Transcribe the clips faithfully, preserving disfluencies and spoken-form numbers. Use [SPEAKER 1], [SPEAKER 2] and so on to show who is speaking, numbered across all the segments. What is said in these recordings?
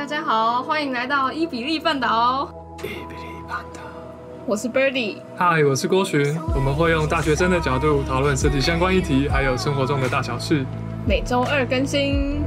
[SPEAKER 1] 大家好，欢迎来到伊比利半岛。
[SPEAKER 2] 伊比利半岛，
[SPEAKER 1] 我是 Birdy。
[SPEAKER 3] 嗨，我是郭洵。我们会用大学生的角度讨论设计相关议题，还有生活中的大小事。
[SPEAKER 1] 每周二更新。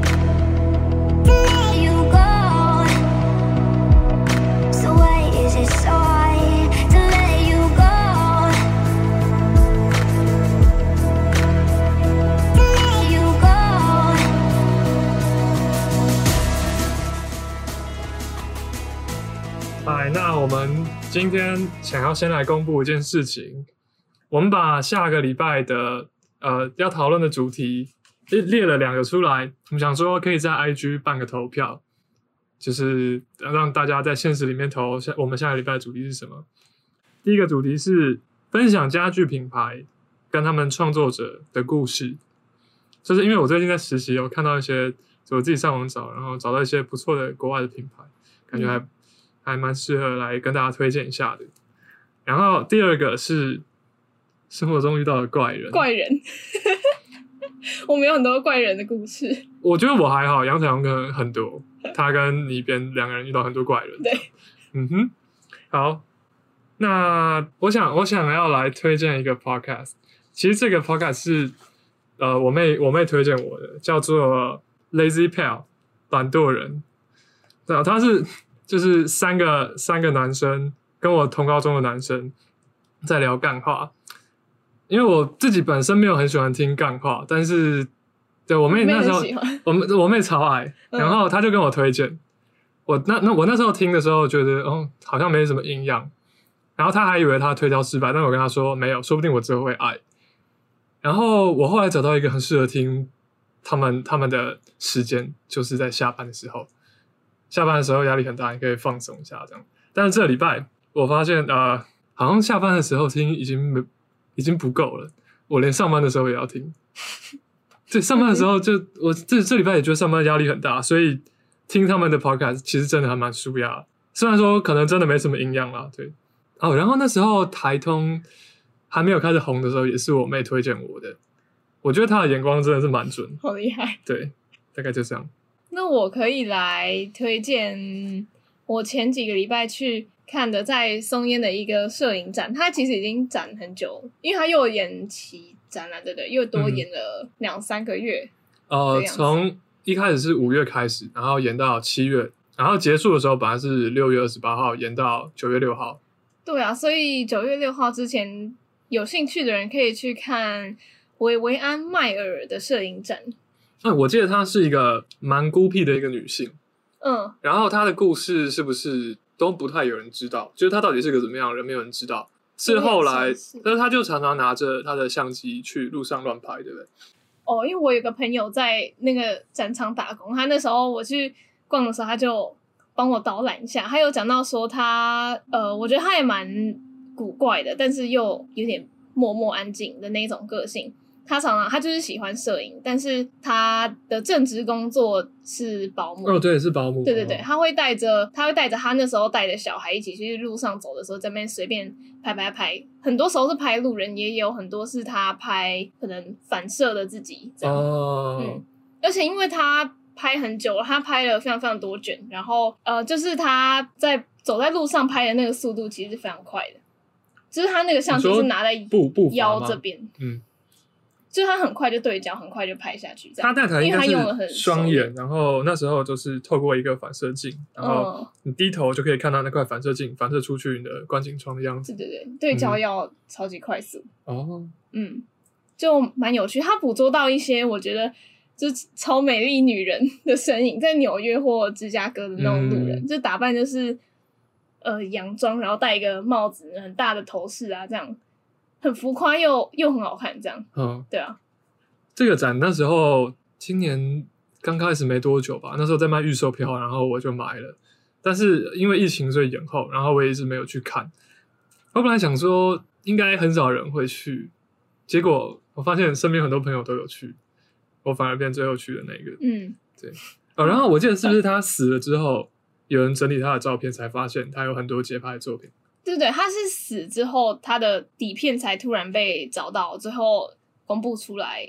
[SPEAKER 3] 嗨，那我们今天想要先来公布一件事情，我们把下个礼拜的呃要讨论的主题列了两个出来，我们想说可以在 I G 办个投票，就是让大家在现实里面投我们下个礼拜的主题是什么。第一个主题是分享家具品牌跟他们创作者的故事，就是因为我最近在实习，有看到一些我自己上网找，然后找到一些不错的国外的品牌，感觉还、嗯还蛮适合来跟大家推荐一下的。然后第二个是生活中遇到的怪人。
[SPEAKER 1] 怪人，我们有很多怪人的故事。
[SPEAKER 3] 我觉得我还好，杨彩虹可能很多，他跟你边两个人遇到很多怪人。
[SPEAKER 1] 对，
[SPEAKER 3] 嗯哼，好。那我想，我想要来推荐一个 podcast。其实这个 podcast 是呃我妹我妹推荐我的，叫做 Lazy Pal 懒惰人。对啊，他是。就是三个三个男生跟我同高中的男生在聊干话，因为我自己本身没有很喜欢听干话，但是对我妹那时候我妹我妹超爱，然后她就跟我推荐，嗯、我那那我那时候听的时候觉得哦好像没什么营养，然后她还以为她推销失败，但我跟她说没有，说不定我之后会爱。然后我后来找到一个很适合听他们他们的时间，就是在下班的时候。下班的时候压力很大，你可以放松一下这样。但是这个礼拜我发现，呃，好像下班的时候听已经没已经不够了，我连上班的时候也要听。对，上班的时候就我这这礼拜也觉得上班压力很大，所以听他们的 podcast 其实真的还蛮舒压。虽然说可能真的没什么营养啦，对。哦，然后那时候台通还没有开始红的时候，也是我妹推荐我的。我觉得她的眼光真的是蛮准，
[SPEAKER 1] 好厉害。
[SPEAKER 3] 对，大概就这样。
[SPEAKER 1] 那我可以来推荐我前几个礼拜去看的在松烟的一个摄影展，它其实已经展很久，因为它又延期展览，对不对？又多延了两三个月。
[SPEAKER 3] 呃，从一开始是五月开始，然后延到七月，然后结束的时候本来是六月二十八号，延到九月六号。
[SPEAKER 1] 对啊，所以九月六号之前有兴趣的人可以去看维维安迈尔的摄影展。
[SPEAKER 3] 嗯，我记得她是一个蛮孤僻的一个女性，
[SPEAKER 1] 嗯，
[SPEAKER 3] 然后她的故事是不是都不太有人知道？就是她到底是个怎么样的人，没有人知道。是后来，但是她就常常拿着她的相机去路上乱拍，对不对？
[SPEAKER 1] 哦，因为我有个朋友在那个展场打工，他那时候我去逛的时候，他就帮我导览一下。他有讲到说他，呃，我觉得他也蛮古怪的，但是又有点默默安静的那种个性。他常常他就是喜欢摄影，但是他的正职工作是保姆。
[SPEAKER 3] 哦，对，是保姆。
[SPEAKER 1] 对对对，他会带着他会带着他那时候带着小孩一起去路上走的时候，在那边随便拍拍拍。很多时候是拍路人，也有很多是他拍可能反射的自己这样。
[SPEAKER 3] 哦，
[SPEAKER 1] 嗯，而且因为他拍很久了，他拍了非常非常多卷，然后呃，就是他在走在路上拍的那个速度其实是非常快的，就是他那个相机是拿在腰这边，
[SPEAKER 3] 嗯。
[SPEAKER 1] 就是他很快就对焦，很快就拍下去。
[SPEAKER 3] 他那台应该是双眼，然后那时候就是透过一个反射镜，然后你低头就可以看到那块反射镜反射出去你的观景窗的样子。
[SPEAKER 1] 对对对，对焦要超级快速。
[SPEAKER 3] 哦，
[SPEAKER 1] 嗯，就蛮有趣。他捕捉到一些我觉得就是超美丽女人的身影，在纽约或芝加哥的那种路人，嗯、就打扮就是呃洋装，然后戴一个帽子，很大的头饰啊，这样。很浮夸又又很好看，这样，嗯，对啊。
[SPEAKER 3] 这个展那时候今年刚开始没多久吧，那时候在卖预售票，然后我就买了，但是因为疫情所以延后，然后我也一直没有去看。我本来想说应该很少人会去，结果我发现身边很多朋友都有去，我反而变最后去的那个。嗯，对。哦，然后我记得是不是他死了之后，有人整理他的照片，才发现他有很多街拍的作品。
[SPEAKER 1] 对对，他是死之后，他的底片才突然被找到，最后公布出来，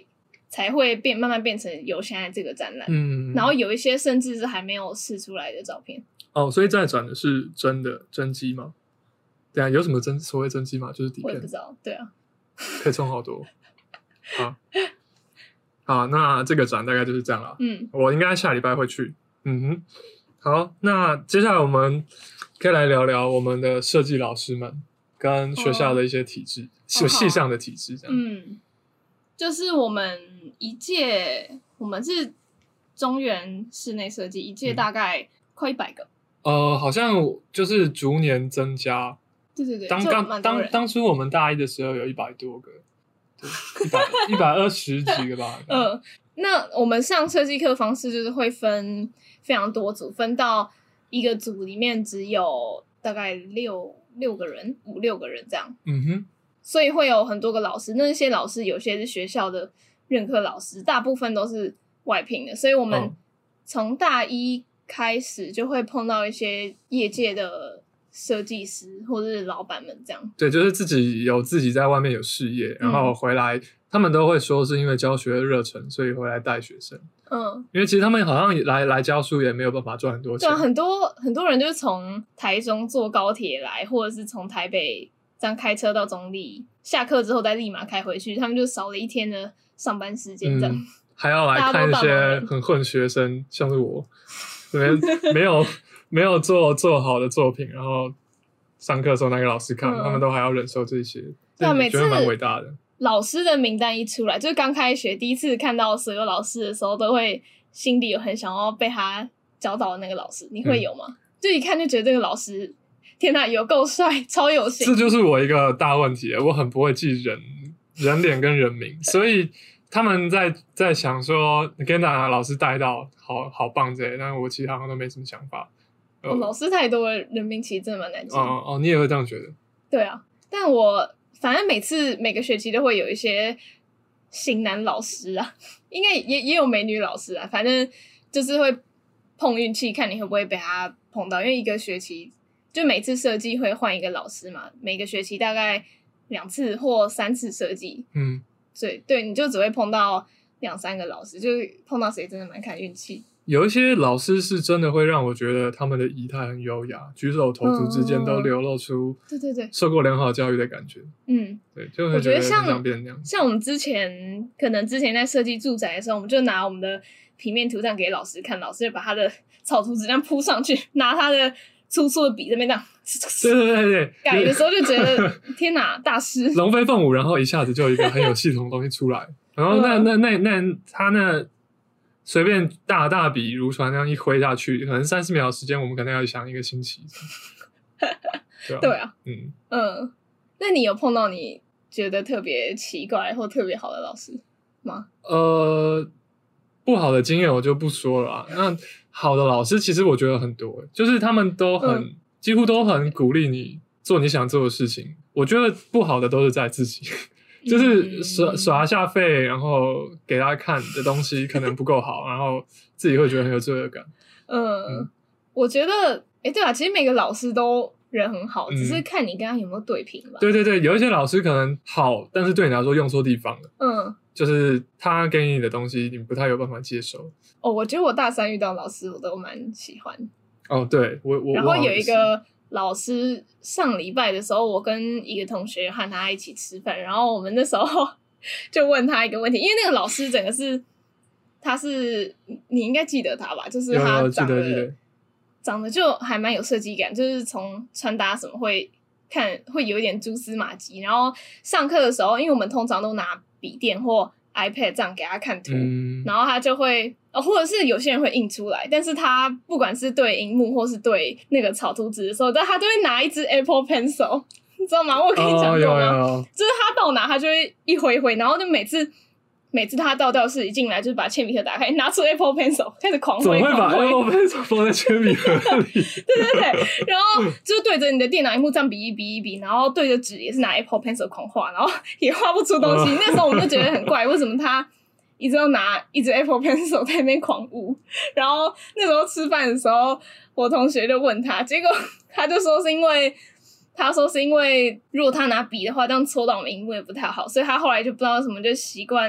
[SPEAKER 1] 才会变慢慢变成有现在这个展览。
[SPEAKER 3] 嗯，
[SPEAKER 1] 然后有一些甚至是还没有试出来的照片。
[SPEAKER 3] 哦，所以再转的是真的真机吗？对啊，有什么真所谓真机吗？就是底片。
[SPEAKER 1] 我也不知道，对啊，
[SPEAKER 3] 可以充好多。好，好，那这个展大概就是这样了。
[SPEAKER 1] 嗯，
[SPEAKER 3] 我应该下礼拜会去。嗯哼，好，那接下来我们可以来聊聊我们的设计老师们跟学校的一些体制，系、哦、系上的体制这样。
[SPEAKER 1] 嗯，就是我们一届，我们是中原室内设计，一届大概快一百个。
[SPEAKER 3] 嗯、呃，好像就是逐年增加。
[SPEAKER 1] 对对对，
[SPEAKER 3] 当刚当当初我们大一的时候有一百多个，对，一百一百二十几个吧。
[SPEAKER 1] 嗯、呃，那我们上设计课方式就是会分非常多组，分到一个组里面只有大概六六个人，五六个人这样。
[SPEAKER 3] 嗯哼，
[SPEAKER 1] 所以会有很多个老师，那些老师有些是学校的任课老师，大部分都是外聘的，所以我们从大一开始就会碰到一些业界的设计师或者是老板们这样。
[SPEAKER 3] 对，就是自己有自己在外面有事业，然后回来、嗯、他们都会说是因为教学的热忱所以回来带学生。嗯，因为其实他们好像来来教书也没有办法赚很多钱。
[SPEAKER 1] 对啊，很多很多人就是从台中坐高铁来，或者是从台北这样开车到中立，下课之后再立马开回去，他们就少了一天的上班时间这样、嗯、
[SPEAKER 3] 还要来看一些很混学生，像是我没没有没有做做好的作品，然后上课的时候那个老师看、嗯、他们都还要忍受这些，
[SPEAKER 1] 对啊，每次
[SPEAKER 3] 觉得蛮伟大的。
[SPEAKER 1] 老师的名单一出来，就是刚开学第一次看到所有老师的时候，都会心里有很想要被他教导的那个老师。你会有吗？嗯、就一看就觉得这个老师，天哪，有够帅，超有型。
[SPEAKER 3] 这就是我一个大问题，我很不会记人人脸跟人名，所以他们在在想说，你跟哪老师带到，好好棒之类，但是我其实好像都没什么想法。
[SPEAKER 1] 哦，老师太多了，人名其实真的蛮难记。
[SPEAKER 3] 哦哦，你也会这样觉得？
[SPEAKER 1] 对啊，但我。反正每次每个学期都会有一些型男老师啊，应该也也有美女老师啊，反正就是会碰运气，看你会不会被他碰到。因为一个学期就每次设计会换一个老师嘛，每个学期大概两次或三次设计，嗯，所以对，你就只会碰到两三个老师，就是碰到谁真的蛮看运气。
[SPEAKER 3] 有一些老师是真的会让我觉得他们的仪态很优雅，举手投足之间都流露出对对对受过良好教育的感觉。嗯，对，就会觉得像变那样。
[SPEAKER 1] 像我们之前可能之前在设计住宅的时候，我们就拿我们的平面图这样给老师看，老师就把他的草图纸这样铺上去，拿他的粗粗的笔这边这样，
[SPEAKER 3] 对对对对，
[SPEAKER 1] 改的时候就觉得天哪，大师
[SPEAKER 3] 龙飞凤舞，然后一下子就有一个很有系统的东西出来，然后那那那那他那。随便大大笔如船那样一挥下去，可能三十秒的时间，我们可能要想一个星期。
[SPEAKER 1] 对啊，对啊，嗯嗯。那你有碰到你觉得特别奇怪或特别好的老师吗？
[SPEAKER 3] 呃，不好的经验我就不说了啦。那好的老师其实我觉得很多，就是他们都很、嗯、几乎都很鼓励你做你想做的事情。我觉得不好的都是在自己。就是耍耍下废，然后给他看的东西可能不够好，然后自己会觉得很有罪恶感。
[SPEAKER 1] 嗯，嗯我觉得，哎、欸，对啊，其实每个老师都人很好，嗯、只是看你跟他有没有对平吧。
[SPEAKER 3] 对对对，有一些老师可能好，但是对你来说用错地方了。嗯，就是他给你的东西，你不太有办法接受。
[SPEAKER 1] 哦，我觉得我大三遇到老师，我都蛮喜欢。
[SPEAKER 3] 哦，对我我，
[SPEAKER 1] 然后有一个。老师上礼拜的时候，我跟一个同学和他一起吃饭，然后我们那时候就问他一个问题，因为那个老师整个是，他是你应该记得他吧？就是他长得长得就还蛮有设计感，就是从穿搭什么会看会有一点蛛丝马迹。然后上课的时候，因为我们通常都拿笔电或 iPad 这样给他看图，嗯、然后他就会。哦，或者是有些人会印出来，但是他不管是对荧幕或是对那个草图纸的时候，但他都会拿一支 Apple Pencil， 你知道吗？我跟你讲过吗？哦、就是他到哪他就会一挥挥，然后就每次每次他到教室一进来，就是把铅笔盒打开，拿出 Apple Pencil 开始狂挥。
[SPEAKER 3] 怎么会把 Apple Pencil 放在铅笔盒里？对
[SPEAKER 1] 对对，然后就是对着你的电脑荧幕这样比一比一比，然后对着纸也是拿 Apple Pencil 狂画，然后也画不出东西。哦、那时候我们就觉得很怪，为什么他？一直要拿一支 Apple Pencil 在那边狂舞，然后那时候吃饭的时候，我同学就问他，结果他就说是因为他说是因为如果他拿笔的话，这样戳到我们荧幕也不太好，所以他后来就不知道为什么就习惯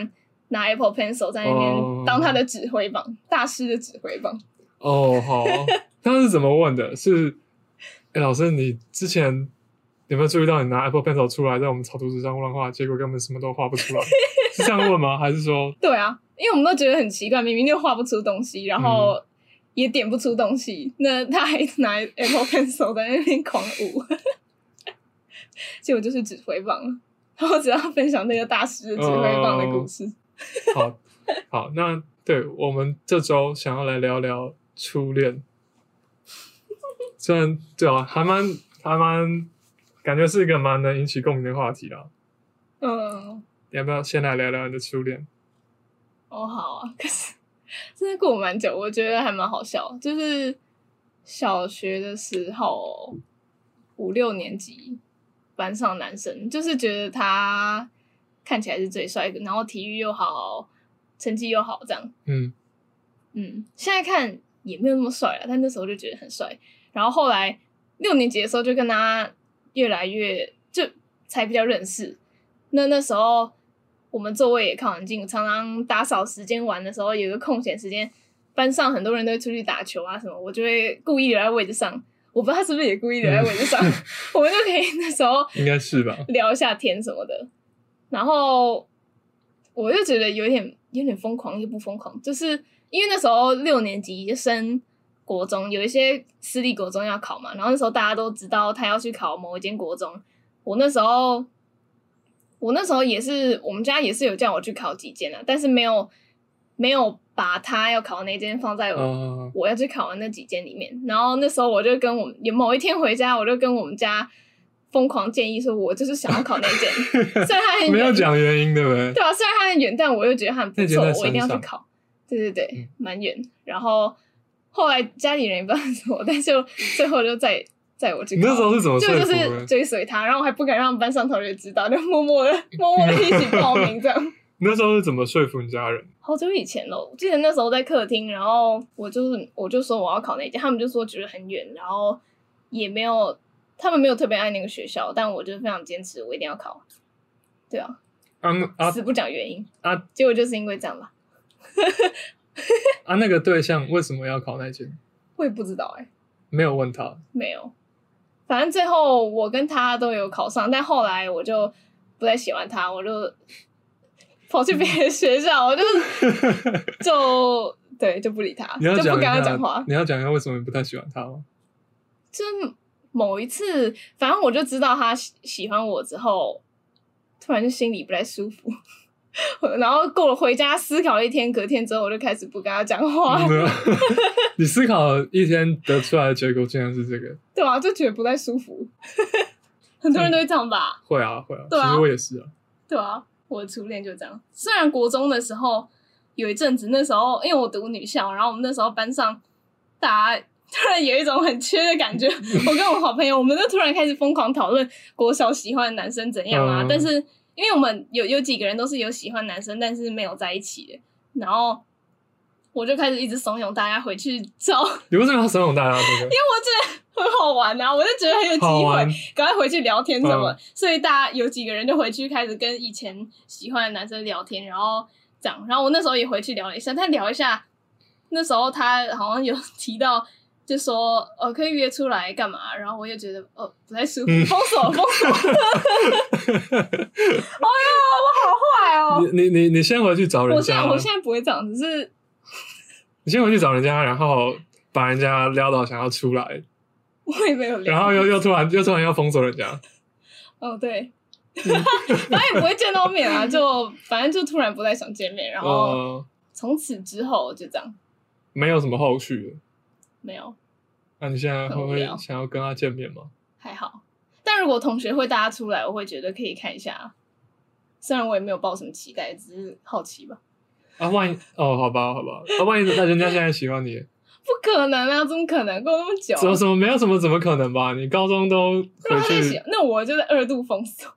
[SPEAKER 1] 拿 Apple Pencil 在那边当他的指挥棒， oh. 大师的指挥棒。
[SPEAKER 3] 哦、oh, 好，他是怎么问的？是，哎、欸，老师，你之前有没有注意到你拿 Apple Pencil 出来在我们草图纸上乱画，结果根本什么都画不出来？是这样问吗？还是说？对
[SPEAKER 1] 啊，因为我们都觉得很奇怪，明明就画不出东西，然后也点不出东西，嗯、那他还拿 Apple Pencil 在那边狂舞，结果就是指挥棒。然后只要分享那个大师的指挥棒的故事。
[SPEAKER 3] Oh. 好，好，那对我们这周想要来聊聊初恋。虽然对啊，还蛮还蛮，感觉是一个蛮能引起共鸣的话题啦。嗯，你要不要先来聊聊你的初恋？
[SPEAKER 1] 哦，好啊，可是真的过蛮久，我觉得还蛮好笑。就是小学的时候，五六年级班上男生，就是觉得他看起来是最帅的，然后体育又好，成绩又好，这样。嗯嗯，现在看也没有那么帅了，但那时候就觉得很帅。然后后来六年级的时候就跟他越来越就才比较认识。那那时候我们座位也靠很近，常常打扫时间完的时候，有个空闲时间，班上很多人都会出去打球啊什么，我就会故意留在位置上。我不知道他是不是也故意留在位置上，嗯、我们就可以那时候
[SPEAKER 3] 应该是吧，
[SPEAKER 1] 聊一下天什么的。然后我就觉得有点有点疯狂，又不疯狂，就是因为那时候六年级升国中，有一些私立国中要考嘛，然后那时候大家都知道他要去考某一间国中。我那时候，我那时候也是，我们家也是有叫我去考几间啊，但是没有没有把他要考的那间放在我、uh. 我要去考的那几间里面。然后那时候我就跟我们有某一天回家，我就跟我们家疯狂建议说，我就是想要考那间，虽然他很远，
[SPEAKER 3] 没有讲原因，对不对？
[SPEAKER 1] 对啊，虽然他很远，但我又觉得他很不错，我一定要去考。对对对，蛮远。然后后来家里人也不知道什么，但是最后就载载我去考。
[SPEAKER 3] 你那时候是怎么说服的？
[SPEAKER 1] 就就是追随他，然后我还不敢让班上同学知道，就默默的默默的一起报名这样。
[SPEAKER 3] 那时候是怎么说服你家人？
[SPEAKER 1] 好久以前了，我记得那时候在客厅，然后我就是我就说我要考那间，他们就说觉得很远，然后也没有他们没有特别爱那个学校，但我就非常坚持，我一定要考。对啊，
[SPEAKER 3] 啊啊
[SPEAKER 1] 死不讲原因
[SPEAKER 3] 啊，
[SPEAKER 1] 结果就是因为这样吧。
[SPEAKER 3] 啊，那个对象为什么要考那间？
[SPEAKER 1] 我也不知道哎、欸，
[SPEAKER 3] 没有问他，
[SPEAKER 1] 没有。反正最后我跟他都有考上，但后来我就不再喜欢他，我就跑去别的学校，我就就对就不理他，就不跟他讲话。
[SPEAKER 3] 你要讲一下为什么你不太喜欢他吗？
[SPEAKER 1] 就是某一次，反正我就知道他喜欢我之后，突然就心里不太舒服。然后过了回家思考一天，隔天之后我就开始不跟他讲话。
[SPEAKER 3] 嗯、你思考一天得出来的结果竟然是这个？
[SPEAKER 1] 对啊，就觉得不太舒服。很多人都会这样吧？
[SPEAKER 3] 会啊，会啊。
[SPEAKER 1] 对啊，
[SPEAKER 3] 其实我也是啊。
[SPEAKER 1] 对啊，我的初恋就这样。虽然国中的时候有一阵子，那时候因为我读女校，然后我们那时候班上大家突然有一种很缺的感觉。我跟我好朋友，我们就突然开始疯狂讨论国小喜欢的男生怎样啊，嗯、但是。因为我们有有几个人都是有喜欢男生，但是没有在一起的，然后我就开始一直怂恿大家回去找。
[SPEAKER 3] 你为什么要怂恿大家？这个？
[SPEAKER 1] 因为我觉得很好玩啊，我就觉得很有机会，赶快回去聊天什么，嗯、所以大家有几个人就回去开始跟以前喜欢的男生聊天，然后这样，然后我那时候也回去聊了一下，但聊一下，那时候他好像有提到。就说呃可以约出来干嘛，然后我也觉得呃不太舒服，嗯、封锁封锁。哎呀，我好坏哦！
[SPEAKER 3] 你你你你先回去找人家。
[SPEAKER 1] 我现在我现在不会这样，只是
[SPEAKER 3] 你先回去找人家，然后把人家撩到想要出来。
[SPEAKER 1] 我也没有撩。
[SPEAKER 3] 然后又又突然又突然要封锁人家。
[SPEAKER 1] 哦对，反正也不会见到面啊，就反正就突然不再想见面，然后从此之后就这样，
[SPEAKER 3] 没有什么后续了。
[SPEAKER 1] 没有，
[SPEAKER 3] 那你现在会不会想要跟他见面吗？
[SPEAKER 1] 还好，但如果同学会大家出来，我会觉得可以看一下。虽然我也没有抱什么期待，只是好奇吧。
[SPEAKER 3] 啊，万一哦，好吧，好吧，啊，万一那人家现在喜欢你，
[SPEAKER 1] 不可能啊，怎么可能？过那么久，
[SPEAKER 3] 怎么怎么没有什么，怎么可能吧？你高中都回去，
[SPEAKER 1] 那我就是二度封锁。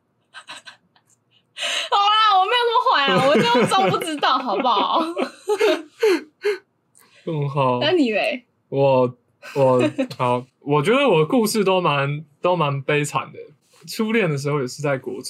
[SPEAKER 1] 好啦，我没有那么坏啊，我就装不知道，好不好？
[SPEAKER 3] 嗯，好。
[SPEAKER 1] 那你嘞？
[SPEAKER 3] 我我好，我觉得我的故事都蛮都蛮悲惨的。初恋的时候也是在国中，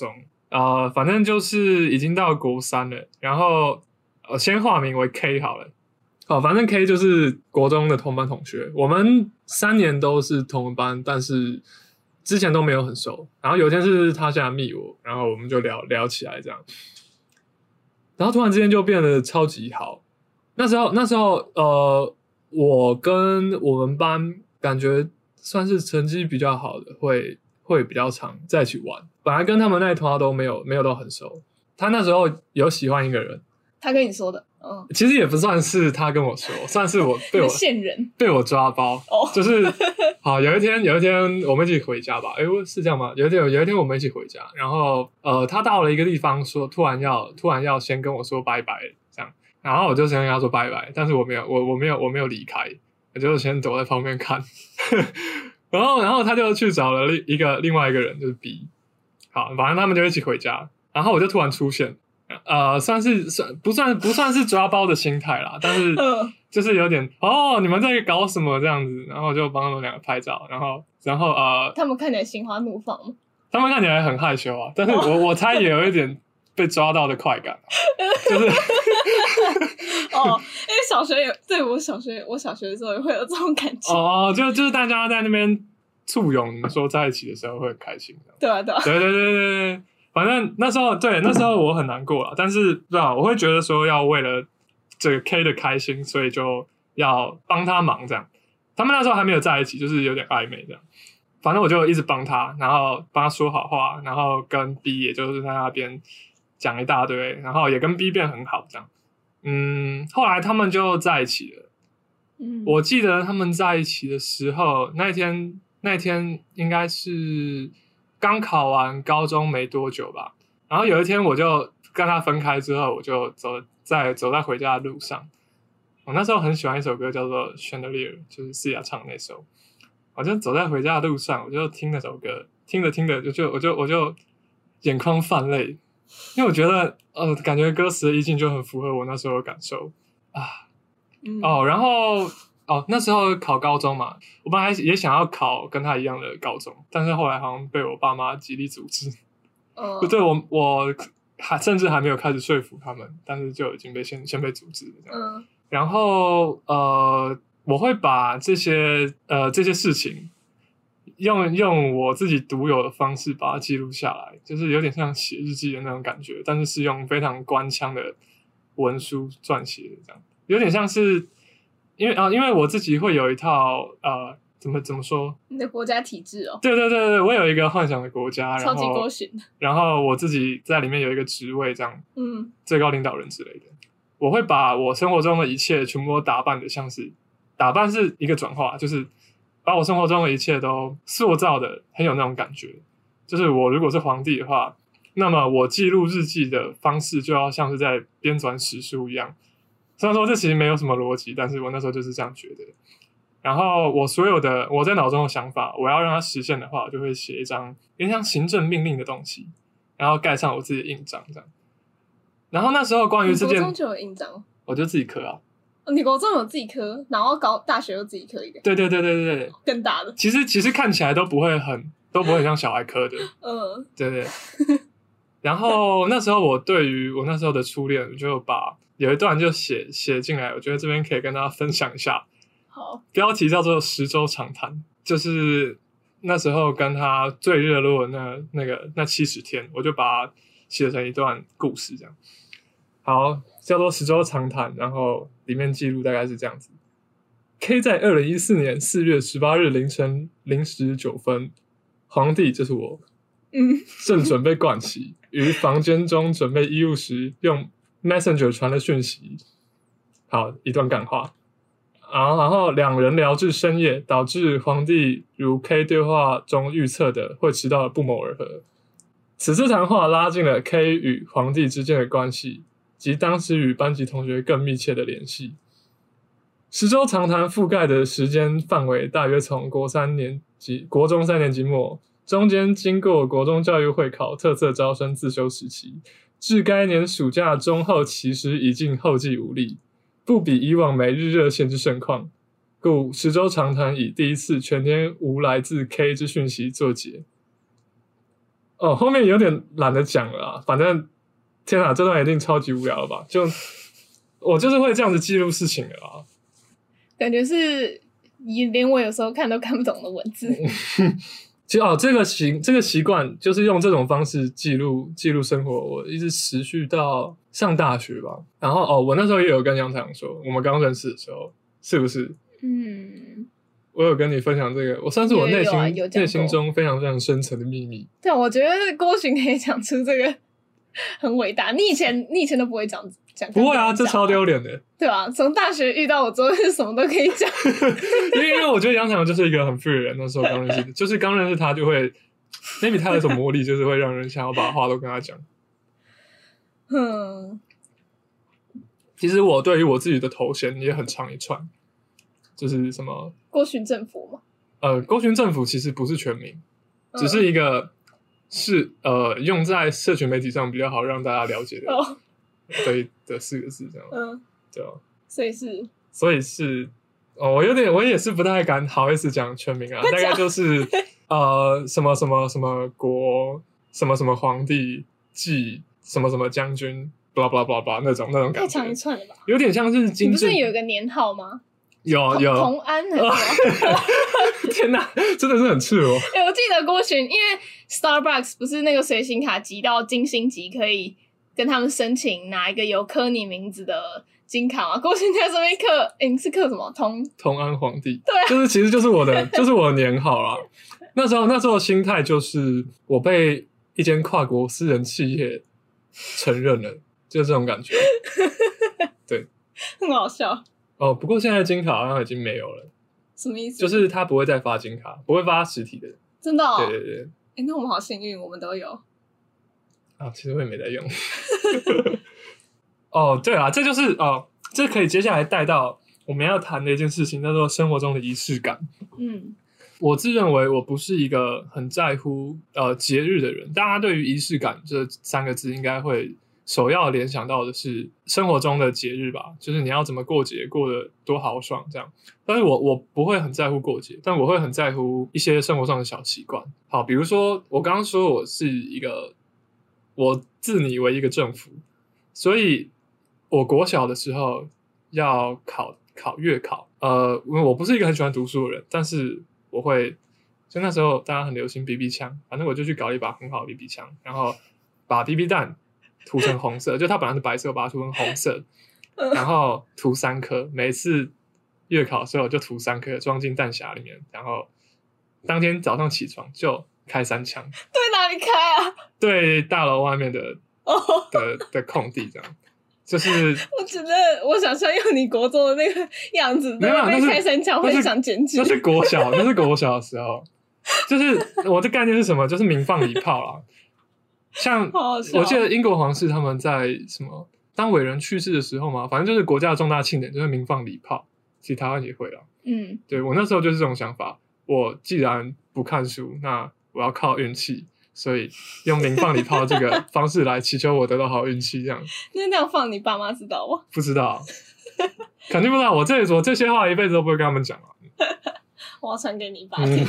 [SPEAKER 3] 呃，反正就是已经到国三了，然后呃，先化名为 K 好了。好，反正 K 就是国中的同班同学，我们三年都是同班，但是之前都没有很熟。然后有一天是他现在密我，然后我们就聊聊起来这样，然后突然之间就变得超级好。那时候那时候呃，我跟我们班感觉算是成绩比较好的，会会比较常在一起玩。本来跟他们那一团都没有没有都很熟。他那时候有喜欢一个人，
[SPEAKER 1] 他跟你说的。嗯，
[SPEAKER 3] 其实也不算是他跟我说，算是我被我
[SPEAKER 1] 线人
[SPEAKER 3] 被我抓包。哦，就是好有一天有一天我们一起回家吧，诶是这样吗？有一天有一天我们一起回家，然后呃他到了一个地方说突然要突然要先跟我说拜拜这样，然后我就先跟他说拜拜，但是我没有我我没有我没有离开，我就先躲在旁边看。然后然后他就去找了另一个另外一个人就是 B， 好，反正他们就一起回家，然后我就突然出现。呃，算是算不算不算是抓包的心态啦，但是就是有点哦，你们在搞什么这样子，然后就帮他们两个拍照，然后然后呃，
[SPEAKER 1] 他们看起来心花怒放吗？
[SPEAKER 3] 他们看起来很害羞啊，但是我、哦、我猜也有一点被抓到的快感，就是
[SPEAKER 1] 哦，因为小学也对我小学我小学的时候也会有这种感觉
[SPEAKER 3] 哦，就就是大家在那边簇拥说在一起的时候会很开心，
[SPEAKER 1] 对啊对啊，
[SPEAKER 3] 对对对对对。反正那时候对那时候我很难过啦，但是对吧？我会觉得说要为了这个 K 的开心，所以就要帮他忙这样。他们那时候还没有在一起，就是有点暧昧这样。反正我就一直帮他，然后帮他说好话，然后跟 B 也就是在那边讲一大堆，然后也跟 B 变很好这样。嗯，后来他们就在一起了。嗯，我记得他们在一起的时候，那天那天应该是。刚考完高中没多久吧，然后有一天我就跟他分开之后，我就走在走在回家的路上。我那时候很喜欢一首歌叫做《Chandelier》，就是思雅唱的那首。我就走在回家的路上，我就听那首歌，听着听着就就我就我就眼眶泛泪，因为我觉得呃，感觉歌词的意境就很符合我那时候的感受啊。嗯、哦，然后。哦，那时候考高中嘛，我本来也想要考跟他一样的高中，但是后来好像被我爸妈极力阻止。嗯，对我我还甚至还没有开始说服他们，但是就已经被先先被阻止了这样。嗯，然后呃，我会把这些呃这些事情用用我自己独有的方式把它记录下来，就是有点像写日记的那种感觉，但是是用非常官腔的文书撰写的这样，有点像是。因为啊、呃，因为我自己会有一套呃，怎么怎么说？
[SPEAKER 1] 你的国家体制哦？
[SPEAKER 3] 对对对对，我有一个幻想的国家，
[SPEAKER 1] 超级勾选。
[SPEAKER 3] 然后我自己在里面有一个职位，这样，嗯，最高领导人之类的。我会把我生活中的一切全部都打扮的像是，打扮是一个转化，就是把我生活中的一切都塑造的很有那种感觉。就是我如果是皇帝的话，那么我记录日记的方式就要像是在编纂史书一样。虽然说这其实没有什么逻辑，但是我那时候就是这样觉得。然后我所有的我在脑中的想法，我要让它实现的话，我就会写一张有点像行政命令的东西，然后盖上我自己的印章这样。然后那时候关于这件，
[SPEAKER 1] 你国中就有印章？
[SPEAKER 3] 我就自己刻啊。
[SPEAKER 1] 你国中有自己刻，然后高大学又自己刻一个？
[SPEAKER 3] 对对对对对对，
[SPEAKER 1] 更大的。
[SPEAKER 3] 其实其实看起来都不会很都不会很像小孩刻的。嗯，对对。然后那时候我对于我那时候的初恋，就把有一段就写写进来，我觉得这边可以跟大家分享一下。
[SPEAKER 1] 好，
[SPEAKER 3] 标题叫做十周长谈，就是那时候跟他最热络的那那个那七十天，我就把它写成一段故事这样。好，叫做十周长谈，然后里面记录大概是这样子。K 在二零一四年四月十八日凌晨零时九分，皇帝就是我，嗯，正准备盥洗，于房间中准备衣物时，用 Messenger 传了讯息。好，一段干话。然后，然后两人聊至深夜，导致皇帝如 K 对话中预测的会迟到的不谋而合。此次谈话拉近了 K 与皇帝之间的关系，及当时与班级同学更密切的联系。十周长谈覆盖的时间范围大约从国三年级、国中三年级末，中间经过国中教育会考特色招生自修时期，至该年暑假中后期时已经后继无力。不比以往每日热线之盛况，故十周长谈以第一次全天无来自 K 之讯息作结。 哦，后面有点懒得讲了啊，反正天啊，这段一定超级无聊了吧？就我就是会这样子记录事情的啊，
[SPEAKER 1] 感觉是你连我有时候看都看不懂的文字。
[SPEAKER 3] 其实哦，这个习这个习惯就是用这种方式记录记录生活，我一直持续到上大学吧。然后哦，我那时候也有跟杨太阳说，我们刚认识的时候，是不是？
[SPEAKER 1] 嗯，
[SPEAKER 3] 我有跟你分享这个，我算是我内心、
[SPEAKER 1] 有有啊有讲过
[SPEAKER 3] 内心中非常非常深层的秘密。
[SPEAKER 1] 对，我觉得郭洵可以讲出这个很伟大。你以前你以前都不会讲讲，
[SPEAKER 3] 不会啊，这超丢脸的。
[SPEAKER 1] 对啊，从大学遇到我之后，是什么都可以讲。
[SPEAKER 3] 因为因为我觉得杨太阳就是一个很 free 的人，那时候刚认识的，就是刚认识他就会 ，maybe 他有一种魔力，就是会让人想要把话都跟他讲。
[SPEAKER 1] 嗯，
[SPEAKER 3] 其实我对于我自己的头衔也很长一串，就是什么
[SPEAKER 1] 郭洵政府嘛。
[SPEAKER 3] 呃，郭洵政府其实不是全名，只是一个是呃用在社群媒体上比较好让大家了解的。
[SPEAKER 1] 哦
[SPEAKER 3] 对的四个字这样，
[SPEAKER 1] 嗯，
[SPEAKER 3] 对啊，
[SPEAKER 1] 所以是，
[SPEAKER 3] 所以是哦，我有点，我也是不太敢好意思讲全名啊，大概就是呃什么什么什么国什么什么皇帝继什么什么将军，blah blah blah blah 那种那种感觉，
[SPEAKER 1] 太长一串了吧？
[SPEAKER 3] 有点像是金正，
[SPEAKER 1] 你不是有一个年号吗？
[SPEAKER 3] 有有
[SPEAKER 1] 同安还是什么？
[SPEAKER 3] 天哪，真的是很赤裸。
[SPEAKER 1] 哎、欸，我记得郭洵，因为 Starbucks 不是那个随行卡集到金星级可以跟他们申请拿一个有刻你名字的金卡嘛？郭洵在这边刻，哎、欸，你是刻什么？同
[SPEAKER 3] 同安皇帝，
[SPEAKER 1] 对、啊，
[SPEAKER 3] 就是其实就是我的，就是我的年号啦。那时候那时候的心态就是我被一间跨国私人企业承认了，就是这种感觉。对，
[SPEAKER 1] 很好笑。
[SPEAKER 3] 哦，不过现在金卡好像已经没有了。
[SPEAKER 1] 什么意思？
[SPEAKER 3] 就是他不会再发金卡，不会发实体的。
[SPEAKER 1] 真的、哦？
[SPEAKER 3] 对对对。
[SPEAKER 1] 哎、欸，那我们好幸运，我们都有。
[SPEAKER 3] 啊，其实我也没在用。哦，对啊，这就是哦，这可以接下来带到我们要谈的一件事情，叫做生活中的仪式感。
[SPEAKER 1] 嗯，
[SPEAKER 3] 我自认为我不是一个很在乎呃节日的人，大家对于仪式感这三个字应该会首要联想到的是生活中的节日吧，就是你要怎么过节，过得多豪爽这样。但是我我不会很在乎过节，但我会很在乎一些生活上的小习惯。好，比如说我刚刚说我是一个，我自拟为一个政府，所以我国小的时候要考考月考，呃，因为我不是一个很喜欢读书的人，但是我会，就那时候大家很流行 B B 枪，反正我就去搞一把很好的 B B 枪，然后把 B B 弹涂成红色，就它本来是白色，我把它涂成红色，然后涂三颗，每次月考的时候就涂三颗，装进弹匣里面，然后当天早上起床就开三枪。
[SPEAKER 1] 对哪里开啊？
[SPEAKER 3] 对大楼外面的、oh. 的的空地，这样就是。
[SPEAKER 1] 我觉得我想象用你国中的那个样子，
[SPEAKER 3] 没有，
[SPEAKER 1] 被开三枪会想检举。
[SPEAKER 3] 那是国小，那是国小的时候，就是我的概念是什么？就是鸣放礼炮啦。像我记得英国皇室他们在什么当伟人去世的时候嘛，反正就是国家的重大庆典就会鸣放礼炮，其实台湾也会啦。嗯，对，我那时候就是这种想法，我既然不看书，那我要靠运气，所以用鸣放礼炮这个方式来祈求我得到好运气，这样。
[SPEAKER 1] 那那样放你爸妈知道吗？
[SPEAKER 3] 不知道，肯定不知道。我这我这些话一辈子都不会跟他们讲啊。
[SPEAKER 1] 我要传给你爸听。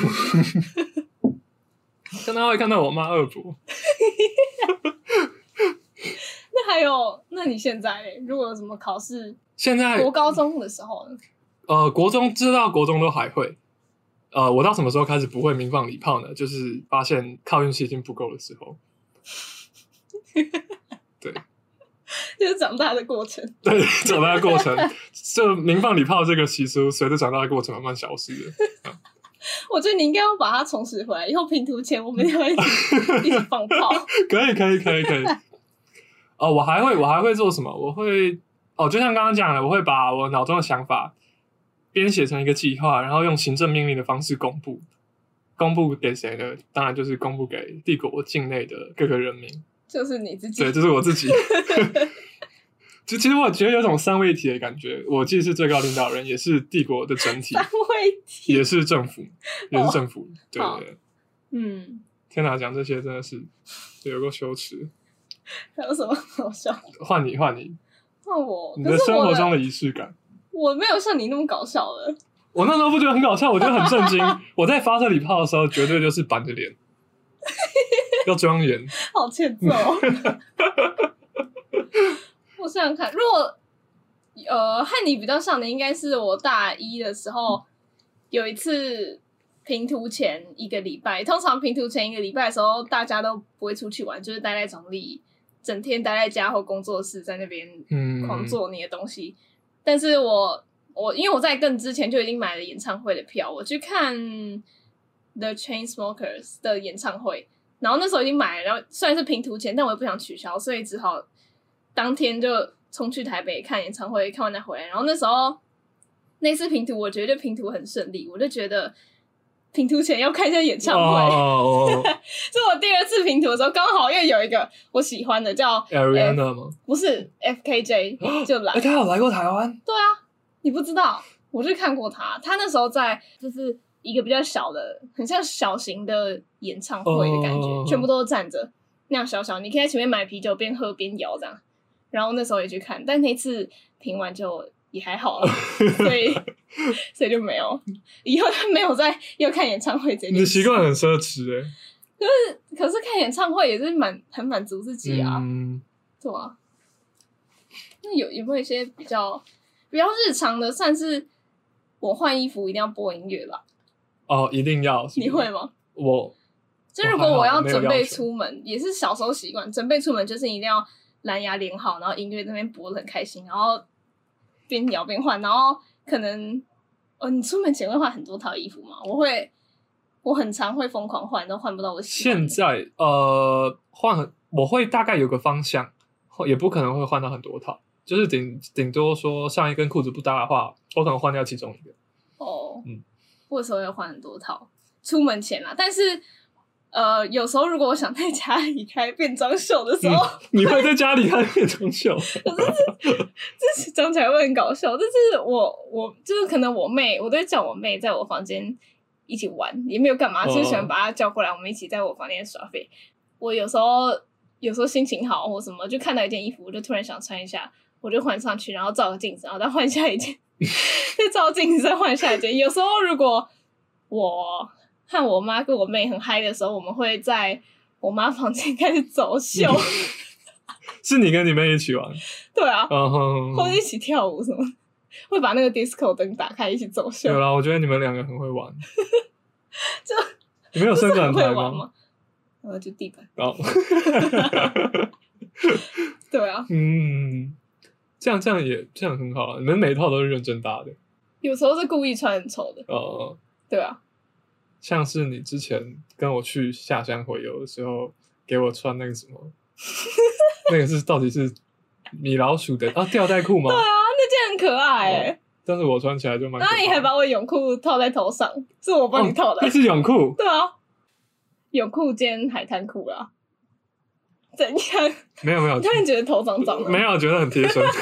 [SPEAKER 3] 看他会看到我妈恶补。
[SPEAKER 1] 那还有，那你现在嘞？如果有什么考试，
[SPEAKER 3] 现在
[SPEAKER 1] 国高中的时候呢？
[SPEAKER 3] 呃，国中知道国中都还会。呃，我到什么时候开始不会鸣放礼炮呢？就是发现靠运气已经不够的时候。对，
[SPEAKER 1] 就是长大的过程。
[SPEAKER 3] 对，长大的过程，就鸣放礼炮这个习俗，随着长大的过程慢慢消失了。嗯
[SPEAKER 1] 我觉得你应该要把它重拾回来，以后拼图前我们要一起一起放炮。
[SPEAKER 3] 可以，可以，可以，可以。哦，我还会，我还会做什么？我会哦，就像刚刚讲的，我会把我脑中的想法编写成一个计划，然后用行政命令的方式公布。公布给谁呢？当然就是公布给帝国境内的各个人民。
[SPEAKER 1] 就是你自己。
[SPEAKER 3] 对，就是我自己。就其实我觉得有种三位一体的感觉，我既是最高领导人，也是帝国的整体，
[SPEAKER 1] 三位一体，
[SPEAKER 3] 也是政府，也是政府，哦、对对对，
[SPEAKER 1] 嗯，
[SPEAKER 3] 天哪，讲这些真的是有够羞耻。
[SPEAKER 1] 还有什么好笑？
[SPEAKER 3] 换你，换你，
[SPEAKER 1] 换我，
[SPEAKER 3] 你的生活中的仪式感，
[SPEAKER 1] 我没有像你那么搞笑的。
[SPEAKER 3] 我那时候不觉得很搞笑，我觉得很震惊。我在发射礼炮的时候，绝对就是板着脸。 够庄严，
[SPEAKER 1] 好欠揍。我想想看，如果呃和你比较像的，应该是我大一的时候有一次评图前一个礼拜，通常评图前一个礼拜的时候，大家都不会出去玩，就是待在总理，整天待在家或工作室，在那边狂做你的东西。嗯、但是我我因为我在更之前就已经买了演唱会的票，我去看 The Chainsmokers 的演唱会，然后那时候已经买了，然后虽然是评图前，但我也不想取消，所以只好当天就冲去台北看演唱会，看完再回来。然后那时候那次评图，我觉得评图很顺利，我就觉得评图前要看一下演唱会。哦，是我第二次评图的时候，刚好又有一个我喜欢的叫
[SPEAKER 3] Ariana 吗？
[SPEAKER 1] 不是 F K J 就来。
[SPEAKER 3] 欸，他有来过台湾？
[SPEAKER 1] 对啊，你不知道，我就看过他。他那时候在就是一个比较小的，很像小型的演唱会的感觉，哦、全部都是站着那样小小，你可以在前面买啤酒边喝边摇这样。然后那时候也去看，但那次评完就也还好了，所以所以就没有，以后就没有再又看演唱会这件事。
[SPEAKER 3] 你的习惯很奢侈哎、欸。
[SPEAKER 1] 可是可是看演唱会也是蛮很满足自己啊，嗯、对啊。那有有没有一些比较比较日常的，算是我换衣服一定要播音乐吧？
[SPEAKER 3] 哦，一定要是不是？
[SPEAKER 1] 你会吗？
[SPEAKER 3] 我
[SPEAKER 1] 就如果我要准备出门，也是小时候习惯，准备出门就是一定要蓝牙连好，然后音乐那边播得很开心，然后边摇边换，然后可能哦，你出门前会换很多套衣服吗？我会，我很常会疯狂换，都换不到我喜欢的。
[SPEAKER 3] 现在呃换，我会大概有个方向，也不可能会换到很多套，就是顶顶多说上衣跟裤子不搭的话，我可能换掉其中一个。
[SPEAKER 1] 哦，嗯，我有时候会换很多套，出门前啦，但是。呃，有时候如果我想在家里开变装秀的时候，
[SPEAKER 3] 嗯、你会在家里开变装秀？可是
[SPEAKER 1] 这这讲起来会很搞笑。但是我我就是可能我妹，我都会叫我妹在我房间一起玩，也没有干嘛，就喜欢把她叫过来，我们一起在我房间耍废。我有时候有时候心情好或什么，就看到一件衣服，我就突然想穿一下，我就换上去，然后照个镜子，然后再换下一件，再照镜子再换下一件。有时候如果我和我妈跟我妹很嗨的时候，我们会在我妈房间开始走秀。
[SPEAKER 3] 是你跟你妹一起玩？
[SPEAKER 1] 对啊，
[SPEAKER 3] uh-huh.
[SPEAKER 1] 或者一起跳舞什么，会把那个 disco 灯打开一起走秀。
[SPEAKER 3] 有啦，我觉得你们两个很会玩。
[SPEAKER 1] 就
[SPEAKER 3] 你们有伸展台吗？
[SPEAKER 1] 吗？呃，就地板。
[SPEAKER 3] 哦。
[SPEAKER 1] 对啊。
[SPEAKER 3] 嗯，这样这样也这样很好啊！你们每一套都是认真搭的。
[SPEAKER 1] 有时候是故意穿很丑的。
[SPEAKER 3] 哦、uh,
[SPEAKER 1] 对啊。
[SPEAKER 3] 像是你之前跟我去下乡回游的时候，给我穿那个什么，那个是到底是米老鼠的啊吊带裤吗？
[SPEAKER 1] 对啊，那件很可爱哎、欸哦。
[SPEAKER 3] 但是我穿起来就蛮……
[SPEAKER 1] 那你还把我泳裤套在头上，是我帮你套的。
[SPEAKER 3] 那、哦、是泳裤？
[SPEAKER 1] 对啊，泳裤兼海滩裤啦。怎样？
[SPEAKER 3] 没有没有，
[SPEAKER 1] 突然觉得头脏脏的。
[SPEAKER 3] 没有，觉得很贴身。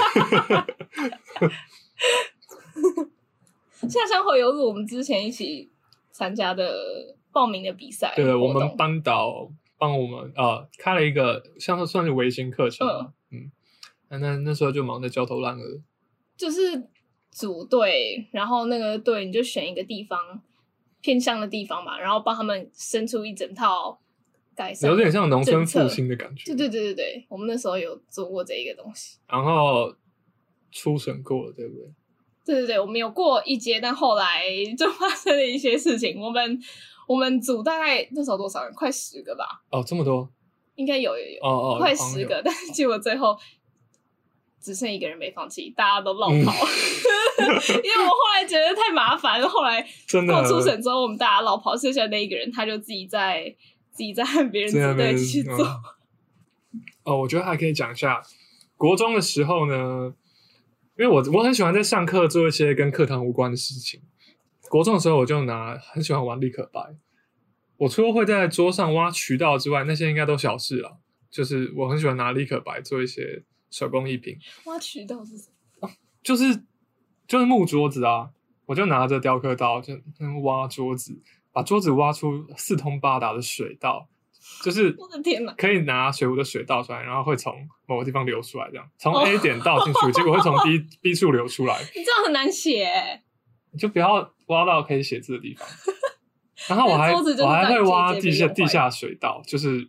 [SPEAKER 1] 下乡回游是我们之前一起参加的报名的比赛，
[SPEAKER 3] 对，我们班导帮我们呃开了一个像是算是微型课程嘛，嗯，嗯那那时候就忙得焦头烂额，
[SPEAKER 1] 就是组队，然后那个队你就选一个地方偏向的地方嘛，然后帮他们生出一整套改善，
[SPEAKER 3] 有点像农村复兴的感觉。
[SPEAKER 1] 对对对对对，我们那时候有做过这一个东西，
[SPEAKER 3] 然后初审过了，对不对？
[SPEAKER 1] 对对对，我们有过一阶，但后来就发生了一些事情。我们我们组大概那时候多少人？快十个吧？
[SPEAKER 3] 哦，这么多？
[SPEAKER 1] 应该有有有，
[SPEAKER 3] 哦哦，
[SPEAKER 1] 快十个。但是结果最后只剩一个人没放弃，大家都落跑。嗯、因为我后来觉得太麻烦了，后来过初审之后，我们大家落跑，剩下那一个人他就自己在自己在和别人组队去做。哦,
[SPEAKER 3] 哦，我觉得还可以讲一下国中的时候呢。因为我我很喜欢在上课做一些跟课堂无关的事情。国中的时候我就拿很喜欢玩立可白，我除了会在桌上挖渠道之外，那些应该都小事啦。就是我很喜欢拿立可白做一些手工艺品。
[SPEAKER 1] 挖渠道是什么？
[SPEAKER 3] 啊、就是就是木桌子啊，我就拿着雕刻刀就挖桌子，把桌子挖出四通八达的水道。就是
[SPEAKER 1] 我的天哪，
[SPEAKER 3] 可以拿水壶的水倒出来，然后会从某个地方流出来，这样从 A 点倒进去，哦、结果会从 B B 处流出来。
[SPEAKER 1] 你这样很难写、欸，
[SPEAKER 3] 你就不要挖到可以写字的地方。然后我还我还会挖地下地下水道，就是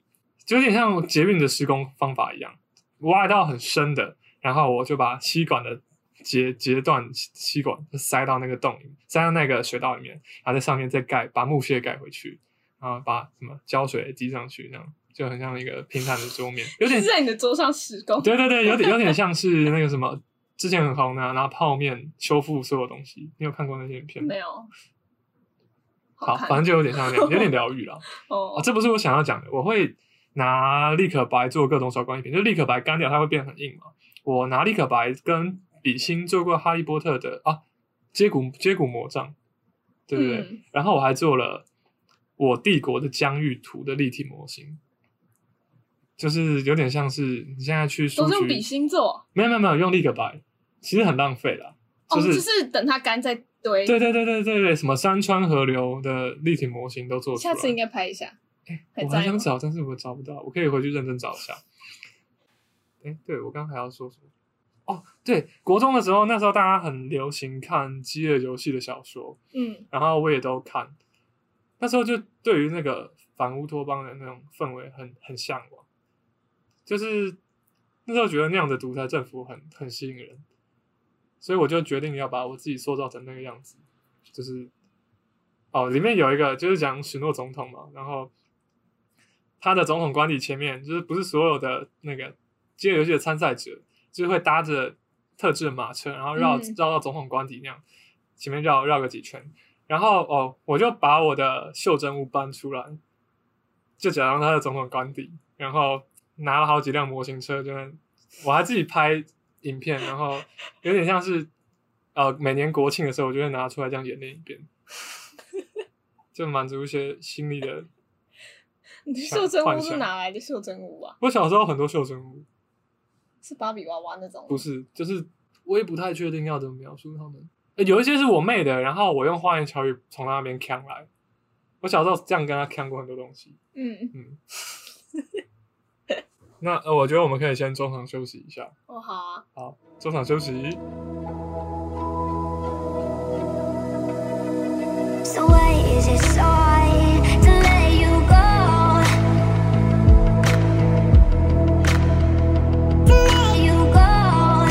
[SPEAKER 3] 就有点像捷运的施工方法一样，挖到很深的，然后我就把吸管的截截断吸管塞到那个洞里面，塞到那个水道里面，然后在上面再盖把木屑盖回去，然后把什么胶水滴上去，那样就很像一个平坦的桌面，有点
[SPEAKER 1] 是在你的桌上施工。
[SPEAKER 3] 对对对，有点有点像是那个什么之前很红的、啊、拿泡面修复所有东西，你有看过那些影片吗？
[SPEAKER 1] 没有。
[SPEAKER 3] 好，反正就有点像那样，有点疗愈啦。
[SPEAKER 1] 哦、
[SPEAKER 3] 啊，这不是我想要讲的。我会拿立可白做各种手工艺品，就立可白干掉它会变很硬嘛。我拿立可白跟笔芯做过哈利波特的啊接骨接骨魔杖，对不对、嗯？然后我还做了我帝国的疆域图的立体模型，就是有点像是你现在去书局
[SPEAKER 1] 都是用笔芯做，
[SPEAKER 3] 没有没有没有用立可白，其实很浪费啦。就是、
[SPEAKER 1] 哦，就是等它干再堆。
[SPEAKER 3] 对对对对对对，什么山川河流的立体模型都做出来。
[SPEAKER 1] 下次应该拍一下。
[SPEAKER 3] 欸、我还想找，但是我找不到，我可以回去认真找一下。哎、欸，对，我刚才要说什么？哦，对，国中的时候，那时候大家很流行看《饥饿游戏》的小说，
[SPEAKER 1] 嗯，
[SPEAKER 3] 然后我也都看。那时候就对于那个反乌托邦的那种氛围很很向往，就是那时候觉得那样的独裁政府很很吸引人。所以我就决定要把我自己塑造成那个样子，就是哦，里面有一个就是讲许诺总统嘛，然后他的总统官邸前面就是不是所有的那个饥饿游戏的参赛者，就是会搭着特制的马车，然后绕、嗯、绕到总统官邸那样，前面绕绕个几圈，然后哦，我就把我的袖珍屋搬出来，就假装他的总统官邸，然后拿了好几辆模型车，就我还自己拍影片，然后有点像是呃每年国庆的时候，我就会拿出来这样演练一遍，就满足一些心理的。
[SPEAKER 1] 你的袖珍屋是哪来的袖珍屋啊？
[SPEAKER 3] 我小时候很多袖珍屋，
[SPEAKER 1] 是芭比娃娃那种？
[SPEAKER 3] 不是，就是我也不太确定要怎么描述他们。欸、有一些是我妹的，然后我用花言巧语从她那边抢来。我小时候这样跟她抢过很多东西。嗯嗯。那呃，我觉得我们可以先中场休息一下。
[SPEAKER 1] 哦，好啊。
[SPEAKER 3] 好，中场休息。So why is it so hard to let you go? To let you go.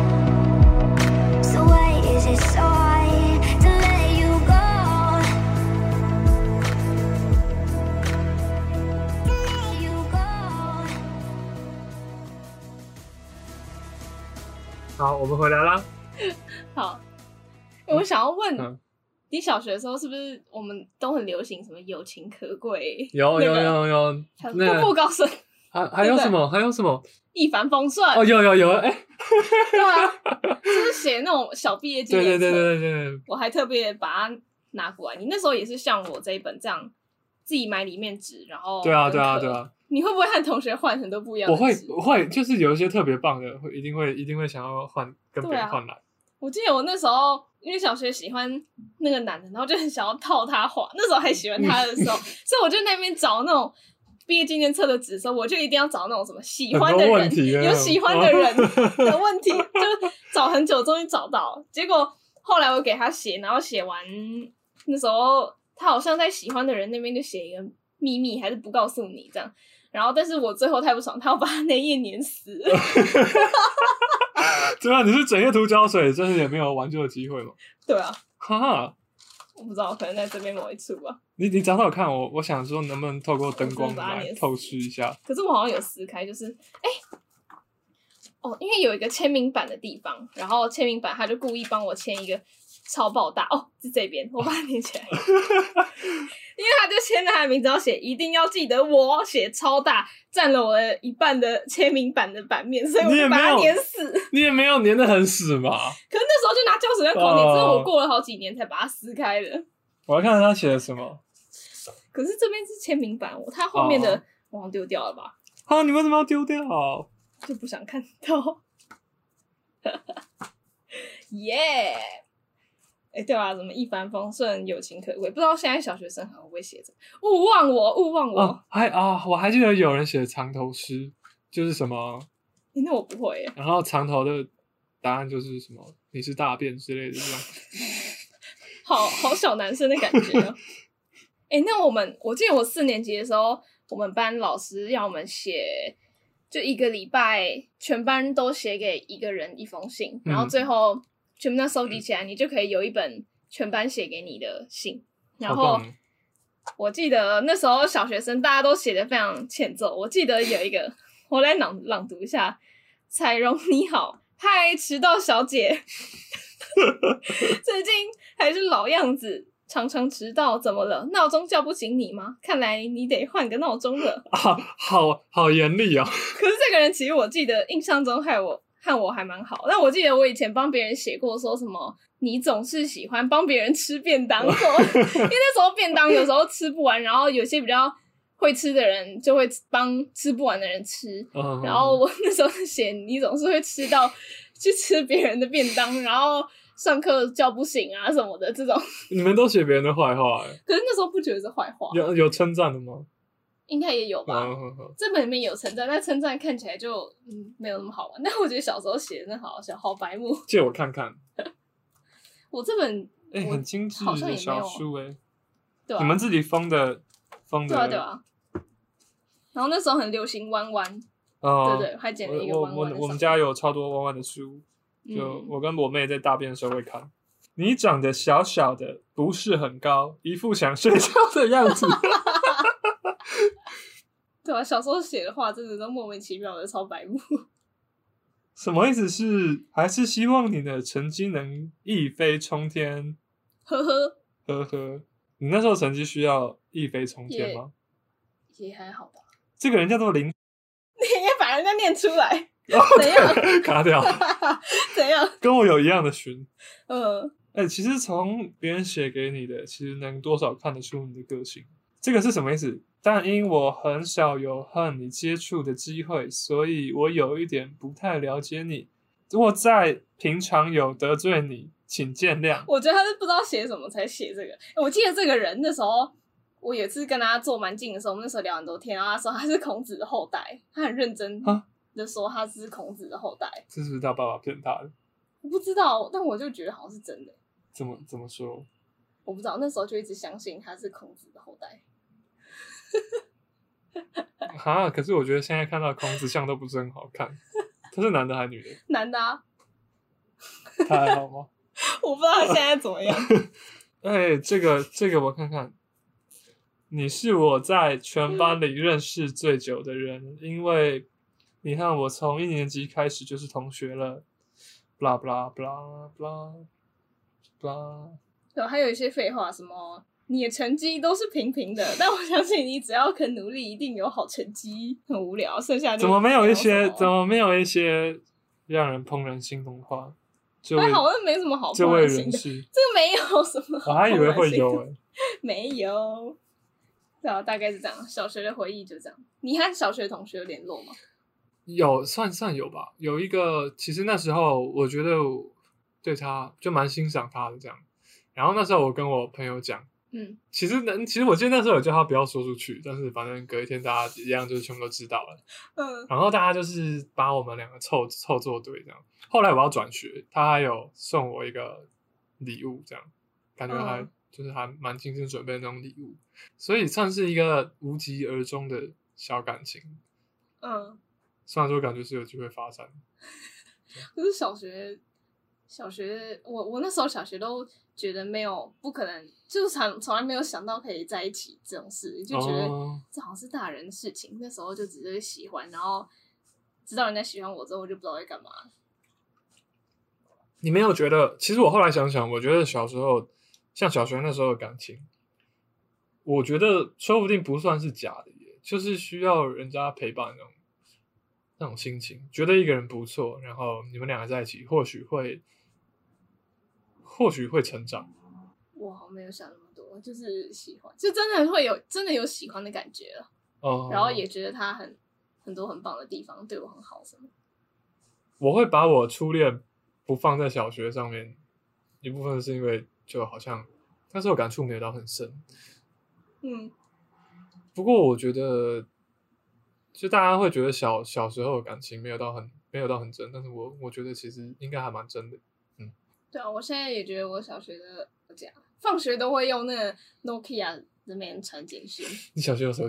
[SPEAKER 3] So why is it so hard to let you go? To let you go. 好，我们回来啦。
[SPEAKER 1] 好，我想要问。嗯，你小学的时候是不是我们都很流行什么友情可贵？
[SPEAKER 3] 有有有有，
[SPEAKER 1] 步步高升。
[SPEAKER 3] 还还有什么？还有什么？
[SPEAKER 1] 一帆风顺。
[SPEAKER 3] 哦，有有有，哎、欸，
[SPEAKER 1] 对啊，就是写那种小毕业纪念册。
[SPEAKER 3] 对对对对对。
[SPEAKER 1] 我还特别把它拿过来。你那时候也是像我这一本这样自己买里面纸，然后
[SPEAKER 3] 对啊对啊对啊。
[SPEAKER 1] 你会不会和同学换很多不一样的纸？
[SPEAKER 3] 我会我会，就是有一些特别棒的，会一定会一定会想要换跟别人换来。
[SPEAKER 1] 我记得我那时候因为小学喜欢那个男的，然后就很想要套他话，那时候还喜欢他的时候，所以我就那边找那种毕业纪念册的纸的时候，我就一定要找那种什么喜欢的人，有喜欢的人的问题，就找很久，终于找到。结果后来我给他写，然后写完那时候他好像在喜欢的人那边就写一个秘密，还是不告诉你这样。然后但是我最后太不爽，他要把他那页粘死。
[SPEAKER 3] 对啊，你是整页涂胶水，真的也没有挽救的机会吗？
[SPEAKER 1] 对啊，
[SPEAKER 3] 哈，
[SPEAKER 1] 我不知道，可能在这边某一处吧。
[SPEAKER 3] 你你找找看，我我想说能不能透过灯光来透视一下。
[SPEAKER 1] 可是我好像有撕开，就是哎、欸，哦，因为有一个签名版的地方，然后签名版他就故意帮我签一个超爆大哦，是这边，我把它粘起来。因为他就签了他的名字，要写一定要记得我写超大，占了我的一半的签名版的版面，所以我就把它粘死。
[SPEAKER 3] 你也没有粘得很死嘛。
[SPEAKER 1] 可是那时候就拿胶水跟口粘，只是我过了好几年才把它撕开的。
[SPEAKER 3] 我要看看他写的什么。
[SPEAKER 1] 可是这边是签名版，他后面的我好像丢掉了吧？
[SPEAKER 3] 啊，你为什么要丢掉？
[SPEAKER 1] 就不想看到。耶！ yeah! 哎、欸，对啊，什么一帆风顺，友情可贵，不知道现在小学生还会不会写着“勿忘我，勿忘我”
[SPEAKER 3] 哦？还啊，我还记得有人写藏头诗，就是什么，
[SPEAKER 1] 欸、那我不会耶。
[SPEAKER 3] 然后藏头的答案就是什么“你是大便”之类的这样。
[SPEAKER 1] 好好小男生的感觉哦。哎、欸，那我们我记得我四年级的时候， 我们班老师要我们写，就一个礼拜全班都写给一个人一封信，然后最后全部都收集起来，你就可以有一本全班写给你的信。然后我记得那时候小学生大家都写得非常欠揍，我记得有一个，我来朗朗读一下：彩荣你好，嗨，迟到小姐，最近还是老样子。常常迟到，怎么了？闹钟叫不醒你吗？看来你得换个闹钟了。
[SPEAKER 3] 啊，好好严厉哦。
[SPEAKER 1] 可是这个人其实我记得印象中害我和我还蛮好，但我记得我以前帮别人写过说什么，你总是喜欢帮别人吃便当，因为那时候便当有时候吃不完，然后有些比较会吃的人就会帮吃不完的人吃，嗯、然后我那时候写你总是会吃到去吃别人的便当，然后上课叫不醒啊什么的这种。
[SPEAKER 3] 你们都写别人的坏话耶？
[SPEAKER 1] 可是那时候不觉得是坏话。
[SPEAKER 3] 有有称赞的吗？
[SPEAKER 1] 应该也有吧。
[SPEAKER 3] 嗯嗯嗯、
[SPEAKER 1] 这本里面有称赞，但称赞看起来就嗯没有那么好玩。但我觉得小时候写的那好笑，好白目。
[SPEAKER 3] 借我看看。
[SPEAKER 1] 我这本
[SPEAKER 3] 哎、欸，很精致的小书哎、欸。
[SPEAKER 1] 对啊。
[SPEAKER 3] 你们自己封的封的。
[SPEAKER 1] 对啊对啊。然后那时候很流行弯弯。哦。对对，还剪了一个弯弯的。
[SPEAKER 3] 我我我们家有超多弯弯的书。就我跟我妹在大便的时候会看。嗯、你长得小小的，不是很高，一副想睡觉的样子。
[SPEAKER 1] 对啊，小时候写的话真的都莫名其妙的超白目。
[SPEAKER 3] 什么意思是？还是希望你的成绩能一飞冲天？
[SPEAKER 1] 呵呵
[SPEAKER 3] 呵呵，你那时候成绩需要一飞冲天吗？
[SPEAKER 1] 也, 也还好吧。
[SPEAKER 3] 这个人叫做林，
[SPEAKER 1] 你也把人家念出来。
[SPEAKER 3] 哦、
[SPEAKER 1] 怎样？
[SPEAKER 3] 卡掉。
[SPEAKER 1] 怎样？
[SPEAKER 3] 跟我有一样的群。
[SPEAKER 1] 嗯，
[SPEAKER 3] 哎、欸，其实从别人写给你的，其实能多少看得出你的个性。这个是什么意思？但因我很少有和你接触的机会，所以我有一点不太了解你。如果在平常有得罪你，请见谅。
[SPEAKER 1] 我觉得他是不知道写什么才写这个。我记得这个人那时候，我有一次跟他坐蛮近的时候，我们那时候聊很多天，然后他说他是孔子的后代，他很认真的说他是孔子的后代。
[SPEAKER 3] 这是不是他爸爸骗他的？
[SPEAKER 1] 我不知道，但我就觉得好像是真的。
[SPEAKER 3] 怎么怎么说？
[SPEAKER 1] 我不知道，那时候就一直相信他是孔子的后代。
[SPEAKER 3] 哈，可是我觉得现在看到孔子像都不是很好看。他是男的还是女的？
[SPEAKER 1] 男的啊。
[SPEAKER 3] 他还好吗？
[SPEAKER 1] 我不知道他现在怎么样。
[SPEAKER 3] 哎、欸，这个这个我看看。你是我在全班里认识最久的人，因为你和我从一年级开始就是同学了。blah blah blah blah blah。
[SPEAKER 1] 对，还有一些废话，什么你的成绩都是平平的，但我相信你只要肯努力，一定有好成绩。很无聊，剩下就
[SPEAKER 3] 怎么没有一些怎么没有一些让人怦然心动的话？
[SPEAKER 1] 还好像没什么好
[SPEAKER 3] 这位人士，
[SPEAKER 1] 这个没有什么好。
[SPEAKER 3] 我还以为会有诶、欸，
[SPEAKER 1] 没有。对啊，大概是这样。小学的回忆就这样。你和小学同学有联络吗？
[SPEAKER 3] 有，算算有吧。有一个，其实那时候我觉得我对他就蛮欣赏他的这样。然后那时候我跟我朋友讲，嗯，其实其实我记得那时候有叫他不要说出去，但是反正隔一天大家一样就是全部都知道了。嗯，然后大家就是把我们两个凑凑作对这样。后来我要转学，他还有送我一个礼物，这样感觉还、嗯、就是还蛮精心准备的那种礼物，所以算是一个无疾而终的小感情。嗯，虽然说感觉是有机会发展。
[SPEAKER 1] 可是小学，小学我我那时候小学都觉得没有不可能，就是从从来没有想到可以在一起这种事，就觉得这好像是大人的事情。哦、那时候就只是喜欢，然后知道人家喜欢我之后，我就不知道在干嘛。
[SPEAKER 3] 你没有觉得？其实我后来想想，我觉得小时候像小学那时候的感情，我觉得说不定不算是假的耶，就是需要人家陪伴那种那种心情，觉得一个人不错，然后你们两个在一起，或许会或许会成长。
[SPEAKER 1] 我好没有想那么多，就是喜欢，就真的会有真的有喜欢的感觉了。哦，然后也觉得他很很多很棒的地方，对我很好什么。
[SPEAKER 3] 我会把我初恋不放在小学上面，一部分是因为就好像那时候感触没有到很深。嗯，不过我觉得，就大家会觉得小小时候的感情没有到很没有到很真，但是我我觉得其实应该还蛮真的。嗯，
[SPEAKER 1] 对啊，我现在也觉得我小学的这样，放学都会用那个 Nokia 那边传简讯。
[SPEAKER 3] 你小学有手机？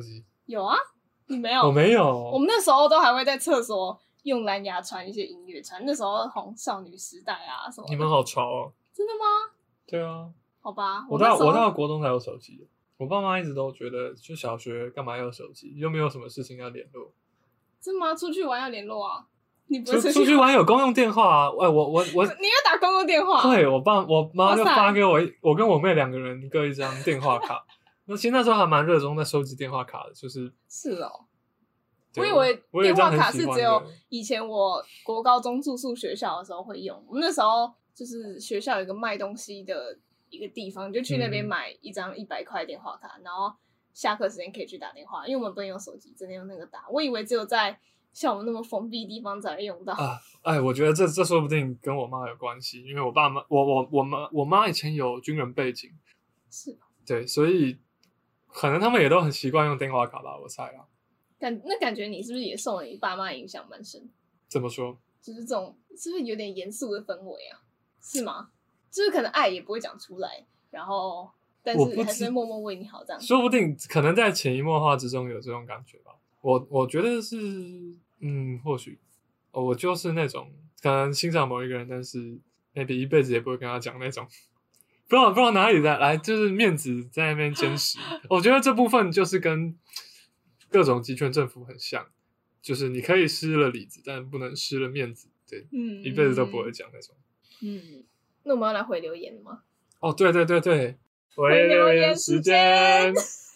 [SPEAKER 1] 有啊，你没有？
[SPEAKER 3] 我没有。
[SPEAKER 1] 我们那时候都还会在厕所用蓝牙传一些音乐，传那时候红少女时代啊什么的。
[SPEAKER 3] 你们好潮哦！
[SPEAKER 1] 真的吗？
[SPEAKER 3] 对啊。
[SPEAKER 1] 好吧，
[SPEAKER 3] 我到我到国中才有手机，我爸妈一直都觉得，就小学干嘛要有手机，又没有什么事情要联络。
[SPEAKER 1] 真吗？出去玩要联络啊？你不会
[SPEAKER 3] 出出去玩有公用电话啊？哎，我我我，
[SPEAKER 1] 你要打公用电话？
[SPEAKER 3] 对，我爸我妈就发给我，我跟我妹两个人各一张电话卡。那其实那时候还蛮热衷在收集电话卡的，就是
[SPEAKER 1] 是哦。我以为电话卡是只有以前我国高中住宿学校的时候会用。我们那时候就是学校有一个卖东西的一个地方，就去那边买一张一百块电话卡，嗯，然后下课时间可以去打电话，因为我们不能用手机，只能用那个打。我以为只有在像我们那么封闭的地方才会用到
[SPEAKER 3] 啊！哎，我觉得这这说不定跟我妈有关系，因为我爸妈，我我我妈我妈以前有军人背景，
[SPEAKER 1] 是吧？
[SPEAKER 3] 对，所以可能他们也都很习惯用电话卡吧，我猜啊。
[SPEAKER 1] 感那感觉你是不是也受你爸妈影响蛮深？
[SPEAKER 3] 怎么说？
[SPEAKER 1] 就是这种是不是有点严肃的氛围啊？是吗？就是可能爱也不会讲出来，然后但是还是默默为你好这样。
[SPEAKER 3] 说不定可能在潜移默化之中有这种感觉吧。我我觉得是，嗯，或许我就是那种可能欣赏某一个人，但是 maybe 一辈子也不会跟他讲那种，不知道不知道哪里来来就是面子在那边坚持。我觉得这部分就是跟各种集权政府很像，就是你可以失了里子，但不能失了面子，对，嗯，一辈子都不会讲那种。
[SPEAKER 1] 嗯，那我们要来回留言了吗？
[SPEAKER 3] 哦，对对对对，回留言时间。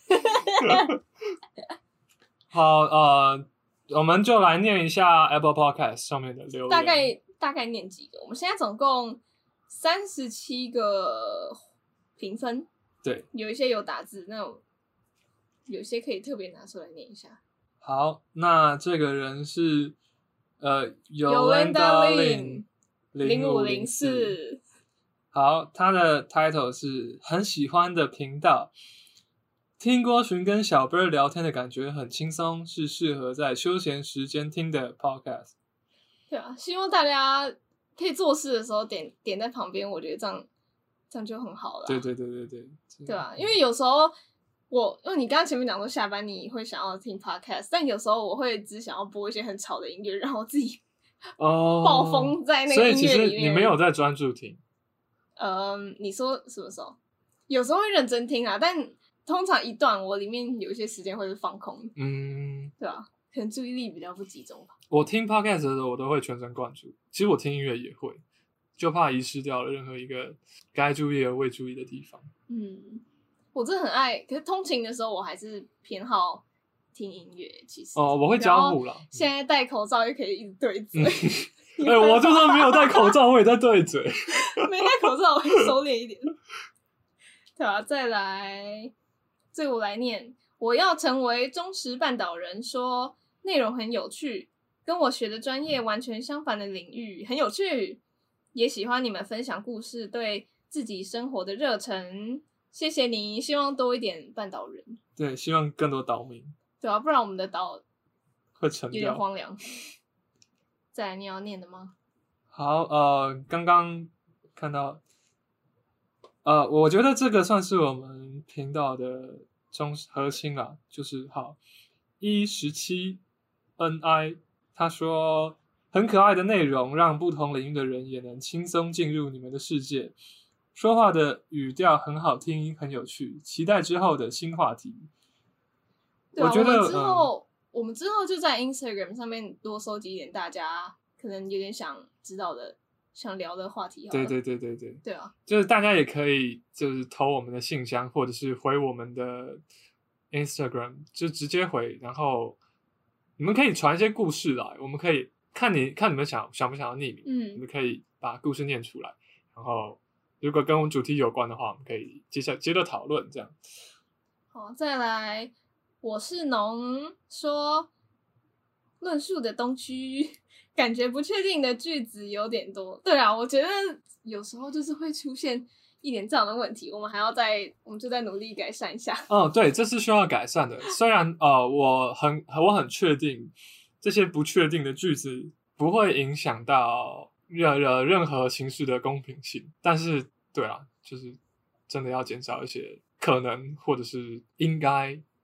[SPEAKER 3] 好，呃，我们就来念一下 Apple Podcast 上面的留言，
[SPEAKER 1] 大概大概念几个。我们现在总共三十七个评分，
[SPEAKER 3] 对，
[SPEAKER 1] 有一些有打字，那种有些可以特别拿出来念一下。
[SPEAKER 3] 好，那这个人是呃 Yolanda Lin
[SPEAKER 1] 零五零四。
[SPEAKER 3] 好，他的 title 是很喜欢的频道，听郭洵跟小 bird 聊天的感觉很轻松，是适合在休闲时间听的 podcast。
[SPEAKER 1] 对啊，希望大家可以做事的时候点点在旁边，我觉得这样这样就很好了。
[SPEAKER 3] 对对对对对，
[SPEAKER 1] 对啊，因为有时候我因为你刚刚前面讲说下班你会想要听 podcast， 但有时候我会只想要播一些很吵的音乐，让我自己
[SPEAKER 3] 哦
[SPEAKER 1] 暴风在那个音乐里面。
[SPEAKER 3] 所以其实你没有在专注听。
[SPEAKER 1] 嗯，你说什么时候？有时候会认真听啊，但通常一段我里面有一些时间会是放空，嗯，对吧？可能注意力比较不集中吧。
[SPEAKER 3] 我听 podcast 的时候，我都会全神贯注。其实我听音乐也会，就怕遗失掉了任何一个该注意而未注意的地方。嗯，
[SPEAKER 1] 我真的很爱，可是通勤的时候我还是偏好听音乐。其实
[SPEAKER 3] 哦，我会交互啦。
[SPEAKER 1] 现在戴口罩又可以一直对嘴。
[SPEAKER 3] 哎、欸，我就算没有戴口罩，我也在对嘴。
[SPEAKER 1] 没戴口罩，我会收敛一点。对啊，再来，这个我来念。我要成为忠实半岛人，说内容很有趣，跟我学的专业完全相反的领域，很有趣。也喜欢你们分享故事，对自己生活的热忱。谢谢你，希望多一点半岛人。
[SPEAKER 3] 对，希望更多岛民。
[SPEAKER 1] 对啊，不然我们的岛
[SPEAKER 3] 会沉掉，
[SPEAKER 1] 有点荒凉。再来，你要念的吗？
[SPEAKER 3] 好，呃，刚刚看到，呃，我觉得这个算是我们频道的中核心啦，就是好一十七 N I， 他说很可爱的内容，让不同领域的人也能轻松进入你们的世界。说话的语调很好听，很有趣，期待之后的新话题。
[SPEAKER 1] 对啊，
[SPEAKER 3] 我觉得
[SPEAKER 1] 我们之后。嗯我们之后就在 Instagram 上面多收集一点大家可能有点想知道的、想聊的话题好了。
[SPEAKER 3] 对对对对对，
[SPEAKER 1] 对啊，
[SPEAKER 3] 就是大家也可以就是投我们的信箱，或者是回我们的 Instagram， 就直接回，然后你们可以传一些故事来，我们可以看你看你们想想不想要匿名，嗯，你们可以把故事念出来，然后如果跟我们主题有关的话，我们可以接下接着讨论这样。
[SPEAKER 1] 好，再来。我是农说论述的东区，感觉不确定的句子有点多。对啊，我觉得有时候就是会出现一点这样的问题，我们还要再，我们就再努力改善一下。
[SPEAKER 3] 嗯，对，这是需要改善的。虽然呃，我很我很确定这些不确定的句子不会影响到任任何形式的公平性，但是对啊，就是真的要减少一些可能或者是应该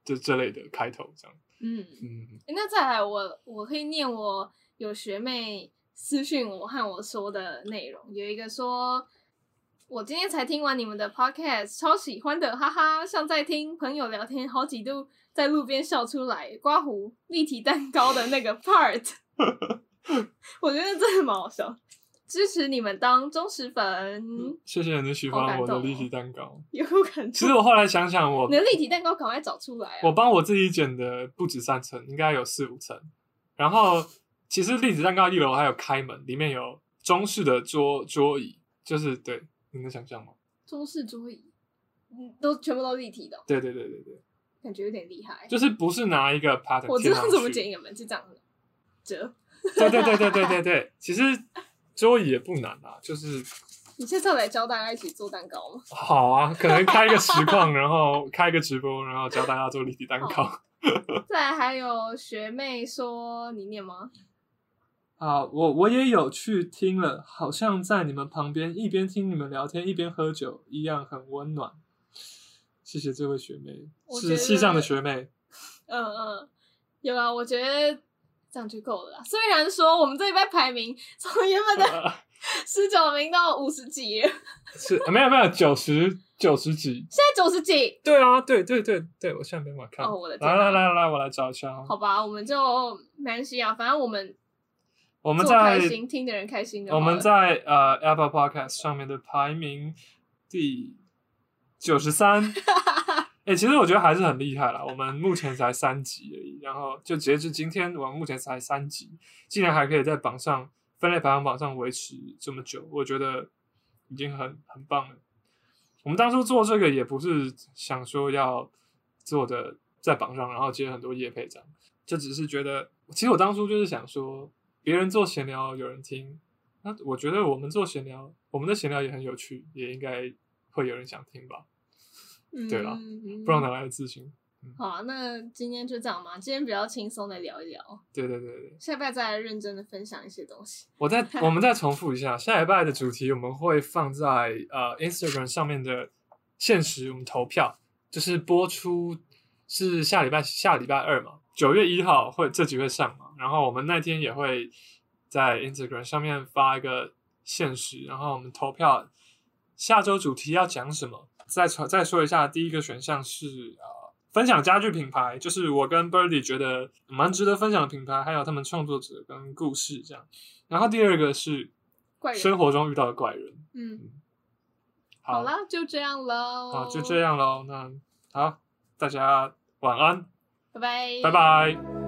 [SPEAKER 3] 这这类的开头这样。
[SPEAKER 1] 嗯
[SPEAKER 3] 嗯，
[SPEAKER 1] 那再来我我可以念我有学妹私讯我和我说的内容，有一个说。我今天才听完你们的 podcast， 超喜欢的，哈哈，像在听朋友聊天，好几度在路边笑出来。刮胡立体蛋糕的那个 part， 我觉得真的蛮好笑。支持你们当忠实粉，
[SPEAKER 3] 谢谢你喜欢我的立体蛋糕，
[SPEAKER 1] 哦、有感动。
[SPEAKER 3] 其实我后来想想我，
[SPEAKER 1] 你的立体蛋糕赶快找出来啊！
[SPEAKER 3] 我帮我自己剪的不止三层，应该有四五层。然后其实立体蛋糕一楼还有开门，里面有中式的桌桌椅，就是对。你能想象吗？
[SPEAKER 1] 中式桌椅，嗯，都全部都立体的、哦。
[SPEAKER 3] 对对对对对，
[SPEAKER 1] 感觉有点厉害。
[SPEAKER 3] 就是不是拿一个 pattern，
[SPEAKER 1] 我知道怎么剪一个门，是这样的折。
[SPEAKER 3] 对对对对对对对，其实桌椅也不难啊，就是。
[SPEAKER 1] 你现在来教大家一起做蛋糕吗？
[SPEAKER 3] 好啊，可能开一个实况，然后开一个直播，然后教大家做立体蛋糕。
[SPEAKER 1] 再来还有学妹说，你念吗？
[SPEAKER 3] 啊，我我也有去听了，好像在你们旁边，一边听你们聊天，一边喝酒，一样很温暖。谢谢这位学妹，是系上的学妹。
[SPEAKER 1] 嗯嗯，有啊，我觉得这样就够了啦。虽然说我们这一班排名从原本的十九名到五十几，
[SPEAKER 3] 是没有没有九十九十几，
[SPEAKER 1] 现在九十几。
[SPEAKER 3] 对啊，对对对对，我现在没办法看。
[SPEAKER 1] 哦，我的天、啊！
[SPEAKER 3] 来来来来，我来找一下。
[SPEAKER 1] 好吧，我们就没关系啊，反正我们。
[SPEAKER 3] 我们在
[SPEAKER 1] 开心听的人开心的，
[SPEAKER 3] 我们在呃 Apple Podcast 上面的排名第九十三，哎，其实我觉得还是很厉害啦。我们目前才三集而已，然后就截至今天，我们目前才三集，竟然还可以在榜上分类排行榜上维持这么久，我觉得已经很很棒了。我们当初做这个也不是想说要做的在榜上，然后接很多业配这样，就只是觉得，其实我当初就是想说。别人做闲聊有人听，那我觉得我们做闲聊，我们的闲聊也很有趣，也应该会有人想听吧。嗯、对啦，不然哪来的自信？
[SPEAKER 1] 嗯、好啊，那今天就这样嘛。今天比较轻松的聊一聊。
[SPEAKER 3] 对对对对。
[SPEAKER 1] 下礼拜再来认真的分享一些东西。
[SPEAKER 3] 我再我们再重复一下，下礼拜的主题我们会放在呃 Instagram 上面的限时，我们投票，就是播出是下礼拜下礼拜二嘛。九月一号会这集会上嘛，然后我们那天也会在 Instagram 上面发一个限时，然后我们投票下周主题要讲什么。再再说一下，第一个选项是呃分享家具品牌，就是我跟 Birdy 觉得蛮值得分享的品牌，还有他们创作者跟故事这样。然后第二个是生活中遇到的怪人。
[SPEAKER 1] 嗯，嗯
[SPEAKER 3] 好,
[SPEAKER 1] 好啦，就这样喽。
[SPEAKER 3] 好，就这样喽。那好，大家晚安。
[SPEAKER 1] 拜拜，
[SPEAKER 3] 拜拜。